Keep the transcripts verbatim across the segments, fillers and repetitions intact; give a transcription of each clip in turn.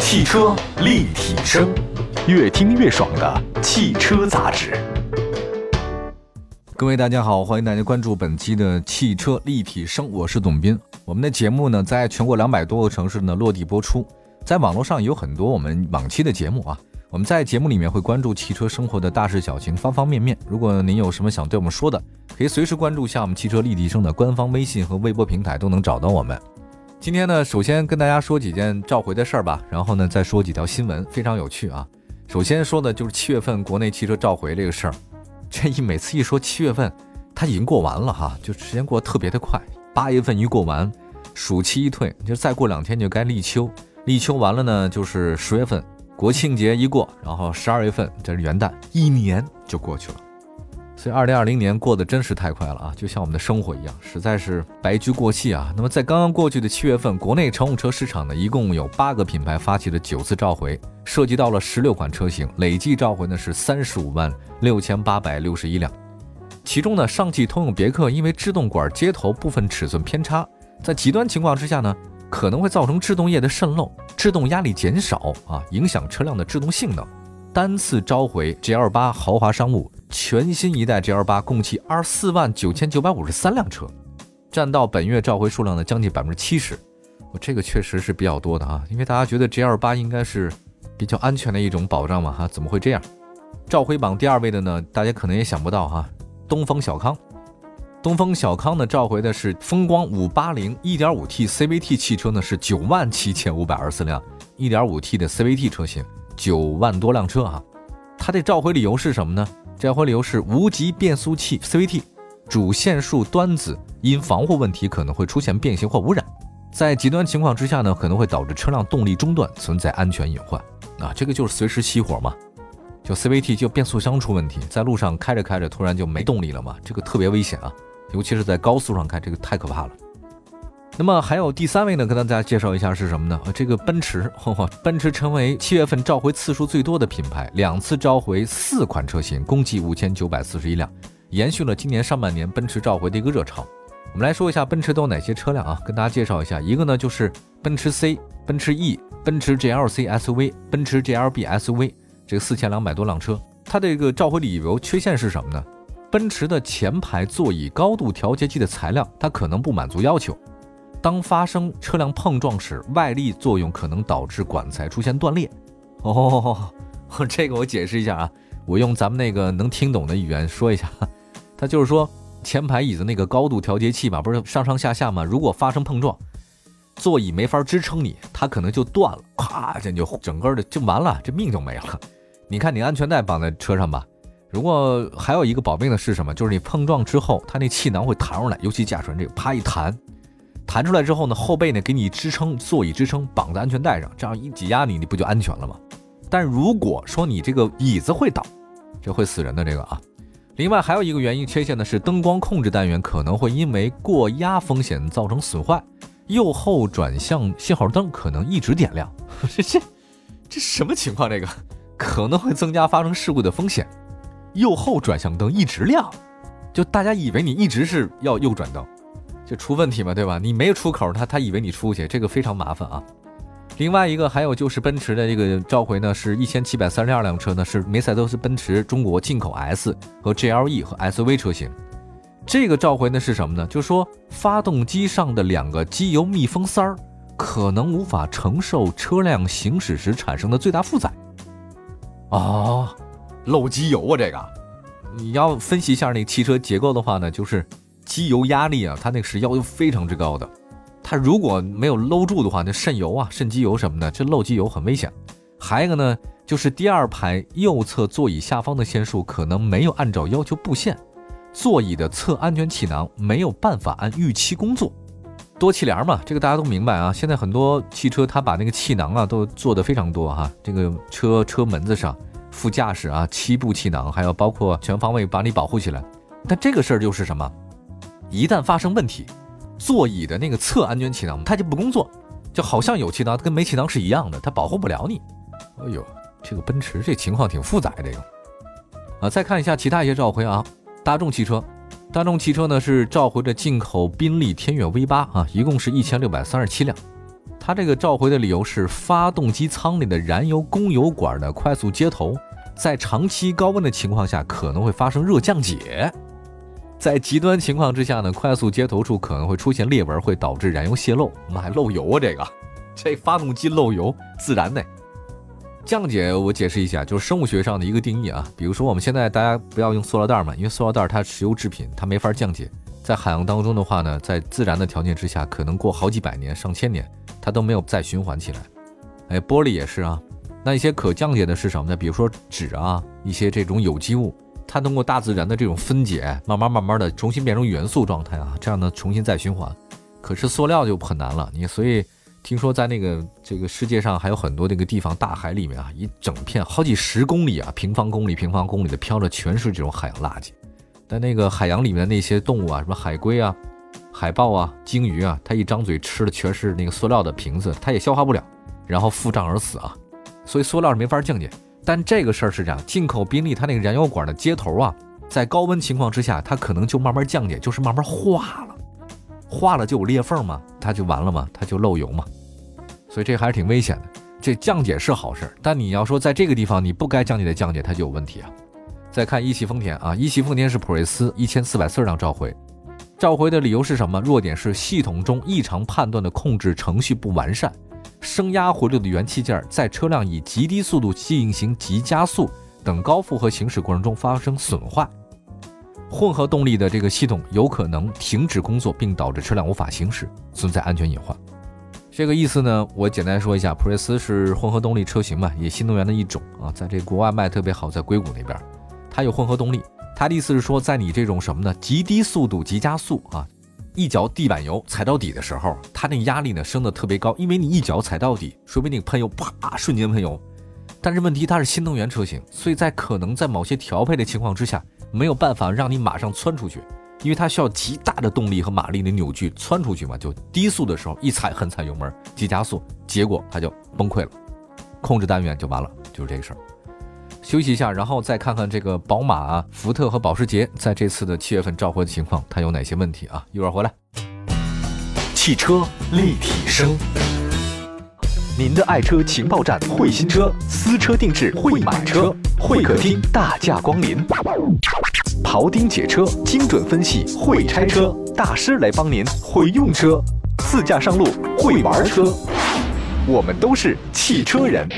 汽车立体声，越听越爽的汽车杂志。 各位大家好，欢迎大家关注本期的汽车立体声，我是董斌。我们的节目呢，在全国两百多个城市呢落地播出，在网络上有很多我们往期的节目啊。我们在节目里面会关注汽车生活的大事小情，方方面面。如果您有什么想对我们说的，可以随时关注一下我们汽车立体声的官方微信和微博平台，都能找到我们。今天呢，首先跟大家说几件召回的事儿吧，然后呢再说几条新闻，非常有趣啊。首先说的就是七月份国内汽车召回这个事儿。这一每次一说七月份，它已经过完了哈，就时间过得特别的快。八月份一过完，暑期一退，就再过两天就该立秋，立秋完了呢，就是十月份。国庆节一过，然后十二月份这是元旦，一年就过去了。所以二零二零年过得真是太快了啊，就像我们的生活一样，实在是白驹过隙啊。那么在刚刚过去的七月份，国内乘用车市场呢，一共有八个品牌发起了九次召回，涉及到了十六款车型，累计召回呢是三十五万六千八百六十一辆。其中呢，上汽通用别克因为制动管接头部分尺寸偏差，在极端情况之下呢，可能会造成制动液的渗漏，制动压力减少啊，影响车辆的制动性能。单次召回 G L 八 豪华商务全新一代 G L 八 共计二十四万九千九百五十三辆车，占到本月召回数量的将近 百分之七十。 这个确实是比较多的啊，因为大家觉得 G L 八 应该是比较安全的一种保障嘛哈，怎么会这样？召回榜第二位的呢，大家可能也想不到哈，东风小康。东风小康呢召回的是风光五八零 一点五 T C V T 汽车呢是九万七千五百二十四辆， 一点五 T 的 C V T 车型九万多辆车啊。它的召回理由是什么呢？召回理由是无级变速器 C V T 主线束端子因防护问题可能会出现变形或污染，在极端情况之下呢，可能会导致车辆动力中断，存在安全隐患啊。这个就是随时熄火嘛，就 C V T 就变速箱出问题，在路上开着开着突然就没动力了嘛，这个特别危险啊，尤其是在高速上开，这个太可怕了。那么还有第三位呢，跟大家介绍一下是什么呢？这个奔驰，呵呵奔驰成为七月份召回次数最多的品牌，两次召回四款车型，共计五千九百四十一辆，延续了今年上半年奔驰召回的一个热潮。我们来说一下奔驰都有哪些车辆啊，跟大家介绍一下。一个呢就是奔驰 C、奔驰 E、奔驰 G L C S U V、奔驰 G L B S U V， 这个四千两百多辆车。它这个召回理由缺陷是什么呢？奔驰的前排座椅高度调节器的材料它可能不满足要求，当发生车辆碰撞时，外力作用可能导致管材出现断裂。哦，这个我解释一下啊，我用咱们那个能听懂的语言说一下。它就是说，前排椅子那个高度调节器嘛，不是上上下下嘛，如果发生碰撞，座椅没法支撑你，它可能就断了，咵，这就整个的就完了，这命就没了。你看你安全带绑在车上吧，如果还有一个保命的是什么？就是你碰撞之后，它那气囊会弹出来，尤其驾驶员这个啪一弹。弹出来之后呢，后背呢给你支撑，座椅支撑，绑在安全带上，这样一挤压你，你不就安全了吗？但如果说你这个椅子会倒，这会死人的这个啊。另外还有一个原因缺陷呢，是灯光控制单元可能会因为过压风险造成损坏，右后转向信号灯可能一直点亮。这这这什么情况？这个可能会增加发生事故的风险。右后转向灯一直亮，就大家以为你一直是要右转灯，就出问题嘛，对吧？你没有出口，他他以为你出去，这个非常麻烦啊。另外一个还有就是奔驰的这个召回呢，是一千七百三十二辆车呢，是梅赛德斯奔驰中国进口 S 和 G L E 和 S U V 车型。这个召回呢是什么呢？就是说发动机上的两个机油密封塞儿可能无法承受车辆行驶时产生的最大负载。哦，漏机油啊，这个你要分析一下那个汽车结构的话呢，就是机油压力啊，它那个是要求非常之高的。它如果没有搂住的话，那渗油啊、渗机油什么的，这漏机油很危险。还有一个呢，就是第二排右侧座椅下方的线束可能没有按照要求布线，座椅的侧安全气囊没有办法按预期工作。多气帘嘛，这个大家都明白啊。现在很多汽车它把那个气囊啊都做得非常多哈，这个车车门子上、副驾驶啊七部气囊，还有包括全方位把你保护起来。但这个事儿就是什么？一旦发生问题，座椅的那个侧安全气囊它就不工作，就好像有气囊跟没气囊是一样的，它保护不了你。哎呦，这个奔驰这情况挺复杂的这个啊。再看一下其他一些召回啊，大众汽车，大众汽车呢是召回的进口宾利天越 V 八 啊，一共是一千六百三十七辆。 它这个召回的理由是发动机舱内的燃油供油管的快速接头在长期高温的情况下可能会发生热降解，在极端情况之下呢，快速接头处可能会出现裂纹，会导致燃油泄漏。我们还漏油啊，这个这发动机漏油自然的。降解我解释一下，就是生物学上的一个定义啊。比如说我们现在大家不要用塑料袋嘛，因为塑料袋它石油制品，它没法降解。在海洋当中的话呢，在自然的条件之下，可能过好几百年、上千年，它都没有再循环起来。哎，玻璃也是啊。那一些可降解的是什么呢？比如说纸啊，一些这种有机物，它通过大自然的这种分解，慢慢慢慢的重新变成元素状态啊，这样呢重新再循环。可是塑料就很难了，你所以听说在那个这个世界上还有很多这个地方，大海里面啊，一整片好几十公里啊，平方公里平方公里的飘着全是这种海洋垃圾。但那个海洋里面的那些动物啊，什么海龟啊、海豹啊、鲸鱼啊，它一张嘴吃的全是那个塑料的瓶子，它也消化不了，然后腹胀而死啊。所以塑料是没法降解。但这个事儿是这样，进口宾利它那个燃油管的接头啊，在高温情况之下，它可能就慢慢降解，就是慢慢化了，化了就有裂缝嘛，它就完了嘛，它就漏油嘛。所以这还是挺危险的。这降解是好事，但你要说在这个地方你不该降解的降解，它就有问题啊。再看一汽丰田啊，一汽丰田是普锐斯一千四百四十辆召回，召回的理由是什么？弱点是系统中异常判断的控制程序不完善，升压回路的元器件在车辆以极低速度进行急加速等高负荷行驶过程中发生损坏，混合动力的这个系统有可能停止工作，并导致车辆无法行驶，存在安全隐患。这个意思呢，我简单说一下，普锐斯是混合动力车型嘛，也新能源的一种啊，在这国外卖特别好，在硅谷那边它有混合动力。它的意思是说，在你这种什么呢，极低速度急加速啊，一脚地板油踩到底的时候，它那个压力呢升得特别高，因为你一脚踩到底，说不定喷油啪瞬间喷油。但是问题它是新能源车型，所以在可能在某些调配的情况之下，没有办法让你马上窜出去，因为它需要极大的动力和马力的扭矩窜出去嘛，就低速的时候一踩狠踩油门急加速，结果它就崩溃了，控制单元就完了，就是这个事儿。休息一下，然后再看看这个宝马啊、福特和保时捷在这次的七月份召回的情况，它有哪些问题啊？一会儿回来。 汽车立体声，您的爱车情报站，会新车，私车定制，会买车，会客厅大驾光临，庖丁解车，精准分析，会拆车大师来帮您，会用车，自驾上路，会玩车，我们都是汽车人。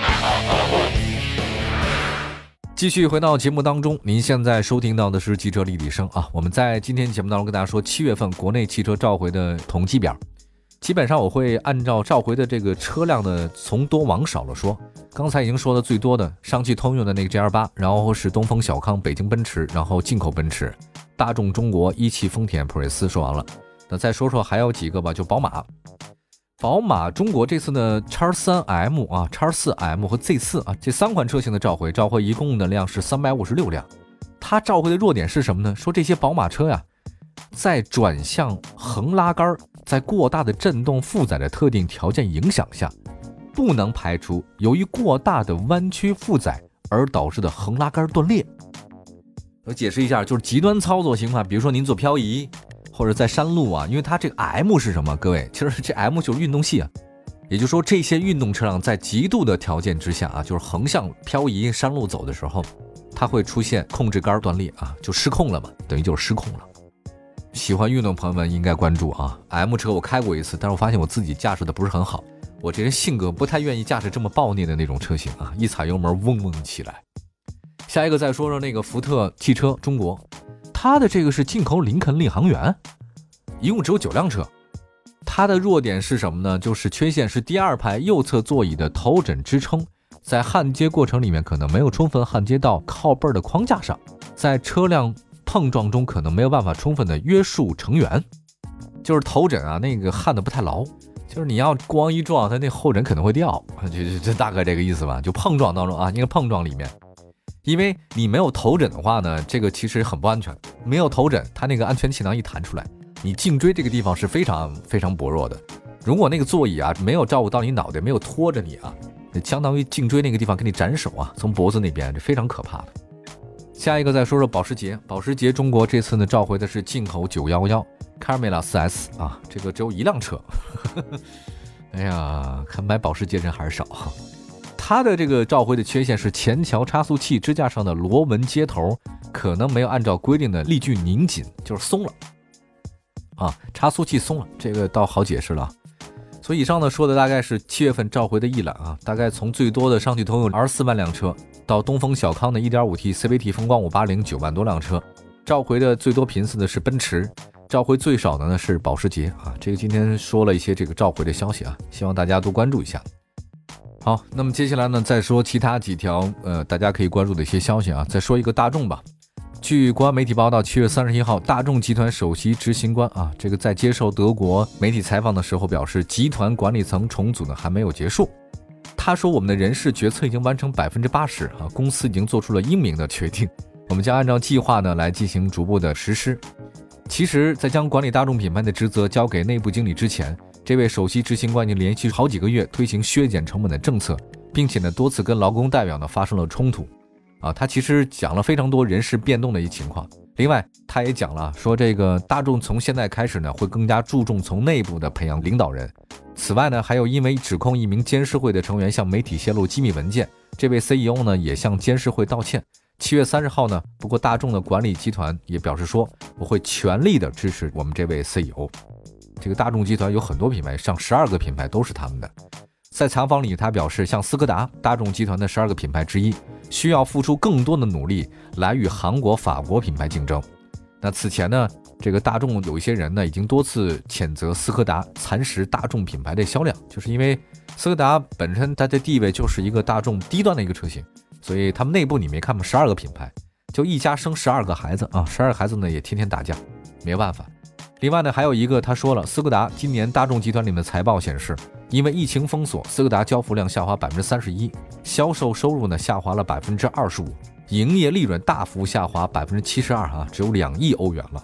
继续回到节目当中，您现在收听到的是汽车立体声啊。我们在今天节目当中跟大家说，七月份国内汽车召回的统计表，基本上我会按照召回的这个车辆的从多往少了说。刚才已经说的最多的，上汽通用的那个 G L 八，然后是东风小康、北京奔驰，然后进口奔驰、大众中国、一汽丰田、普锐斯说完了。那再说说还有几个吧，就宝马。宝马中国这次呢 X 三 M 啊 X 四 M 和 Z 四 啊这三款车型的召回，召回一共的量是三百五十六辆。它召回的弱点是什么呢？说这些宝马车呀，在转向横拉杆在过大的震动负载的特定条件影响下，不能排除由于过大的弯曲负载而导致的横拉杆断裂。我解释一下，就是极端操作情况，比如说您做漂移或者在山路啊，因为它这个 M 是什么？各位，其实这 M 就是运动系啊，也就是说这些运动车辆在极度的条件之下啊，就是横向漂移山路走的时候，它会出现控制杆断裂啊，就失控了嘛，等于就是失控了。喜欢运动朋友们应该关注啊 ，M 车我开过一次，但是我发现我自己驾驶的不是很好，我这人性格不太愿意驾驶这么暴虐的那种车型啊，一踩油门嗡嗡起来。下一个再说说那个福特汽车中国。它的这个是进口林肯领航员，一共只有九辆车。它的弱点是什么呢？就是缺陷是第二排右侧座椅的头枕支撑在焊接过程里面可能没有充分焊接到靠背的框架上，在车辆碰撞中可能没有办法充分的约束成员，就是头枕啊那个焊的不太牢，就是你要咣一撞，它那后枕可能会掉，就就就大概这个意思吧。就碰撞当中啊，那个碰撞里面。因为你没有头枕的话呢，这个其实很不安全。没有头枕，它那个安全气囊一弹出来，你颈椎这个地方是非常非常薄弱的。如果那个座椅啊没有照顾到你脑袋，没有拖着你啊，相当于颈椎那个地方给你斩首啊，从脖子那边，这非常可怕的。下一个再说说保时捷，保时捷中国这次呢召回的是进口九一一 Carmela 四 S 啊，这个只有一辆车。 哎呀，看买保时捷人还是少哈。它的这个召回的缺陷是前桥差速器支架上的螺纹接头可能没有按照规定的力矩拧紧，就是松了啊，差速器松了，这个倒好解释了。所以以上呢说的大概是七月份召回的一览啊，大概从最多的上汽通用二十四万辆车，到东风小康的 一点五 T C V T 风光五八零九万多辆车，召回的最多频次的是奔驰，召回最少的呢是保时捷啊。这个今天说了一些这个召回的消息啊，希望大家多关注一下。好，那么接下来呢，再说其他几条呃大家可以关注的一些消息啊。再说一个大众吧。据国安媒体报道，七月三十一号，大众集团首席执行官啊，这个在接受德国媒体采访的时候表示，集团管理层重组呢还没有结束。他说，我们的人事决策已经完成百分之八十啊，公司已经做出了英明的决定，我们将按照计划呢来进行逐步的实施。其实，在将管理大众品牌的职责交给内部经理之前，这位首席执行官已经连续好几个月推行削减成本的政策，并且呢多次跟劳工代表呢发生了冲突啊。他其实讲了非常多人事变动的一情况。另外，他也讲了说，这个大众从现在开始呢会更加注重从内部的培养领导人。此外呢，还有因为指控一名监事会的成员向媒体泄露机密文件，这位 C E O 呢也向监事会道歉。七月三十号呢，不过大众的管理集团也表示说，我会全力的支持我们这位 C E O。这个大众集团有很多品牌，上十二个品牌都是他们的。在采访里，他表示，像斯柯达，大众集团的十二个品牌之一，需要付出更多的努力来与韩国、法国品牌竞争。那此前呢，这个大众有一些人呢，已经多次谴责斯柯达蚕食大众品牌的销量，就是因为斯柯达本身它的地位就是一个大众低端的一个车型，所以他们内部你没看吗？十二个品牌，就一家生十二个孩子啊，十二个孩子呢也天天打架，没有办法。另外呢，还有一个他说了，斯柯达今年大众集团里面的财报显示，因为疫情封锁，斯柯达交付量下滑百分之三十一，销售收入呢下滑了百分之二十五，营业利润大幅下滑百分之七十二啊，只有两亿欧元了。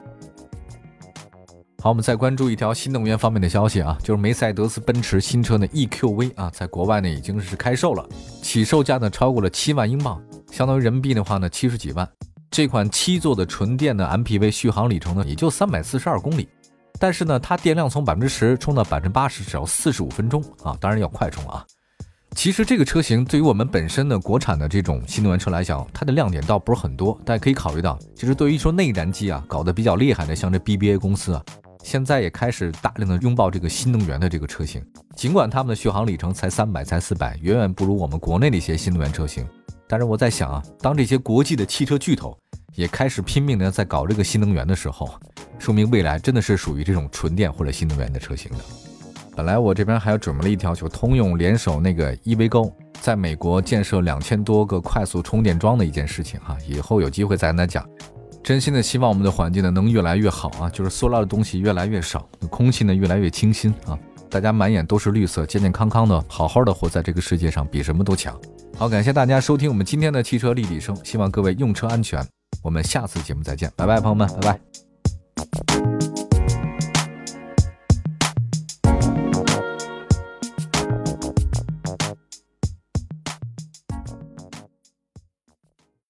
好，我们再关注一条新能源方面的消息啊，就是梅赛德斯奔驰新车的 E Q V 啊，在国外呢已经是开售了，起售价呢超过了七万英镑，相当于人民币的话呢七十几万。这款七座的纯电的 M P V 续航里程呢也就三百四十二公里，但是呢它电量从百分之十充到百分之八十只要四十五分钟啊，当然要快充啊。其实这个车型对于我们本身的国产的这种新能源车来讲，它的亮点倒不是很多，但可以考虑到，其实对于说内燃机啊搞得比较厉害的，像这 B B A 公司啊，现在也开始大量的拥抱这个新能源的这个车型，尽管他们的续航里程才三百才四百，远远不如我们国内的一些新能源车型。但是我在想啊，当这些国际的汽车巨头也开始拼命的在搞这个新能源的时候，说明未来真的是属于这种纯电或者新能源的车型的。本来我这边还有准备了一条，就通用联手那个 E V Go 在美国建设两千多个快速充电桩的一件事情哈，以后有机会再跟大家讲。真心的希望我们的环境呢能越来越好啊，就是塑料的东西越来越少，空气呢越来越清新啊，大家满眼都是绿色，健健康康的，好好的活在这个世界上，比什么都强。好，感谢大家收听我们今天的汽车立体声，希望各位用车安全。我们下次节目再见，拜拜，朋友们，拜拜。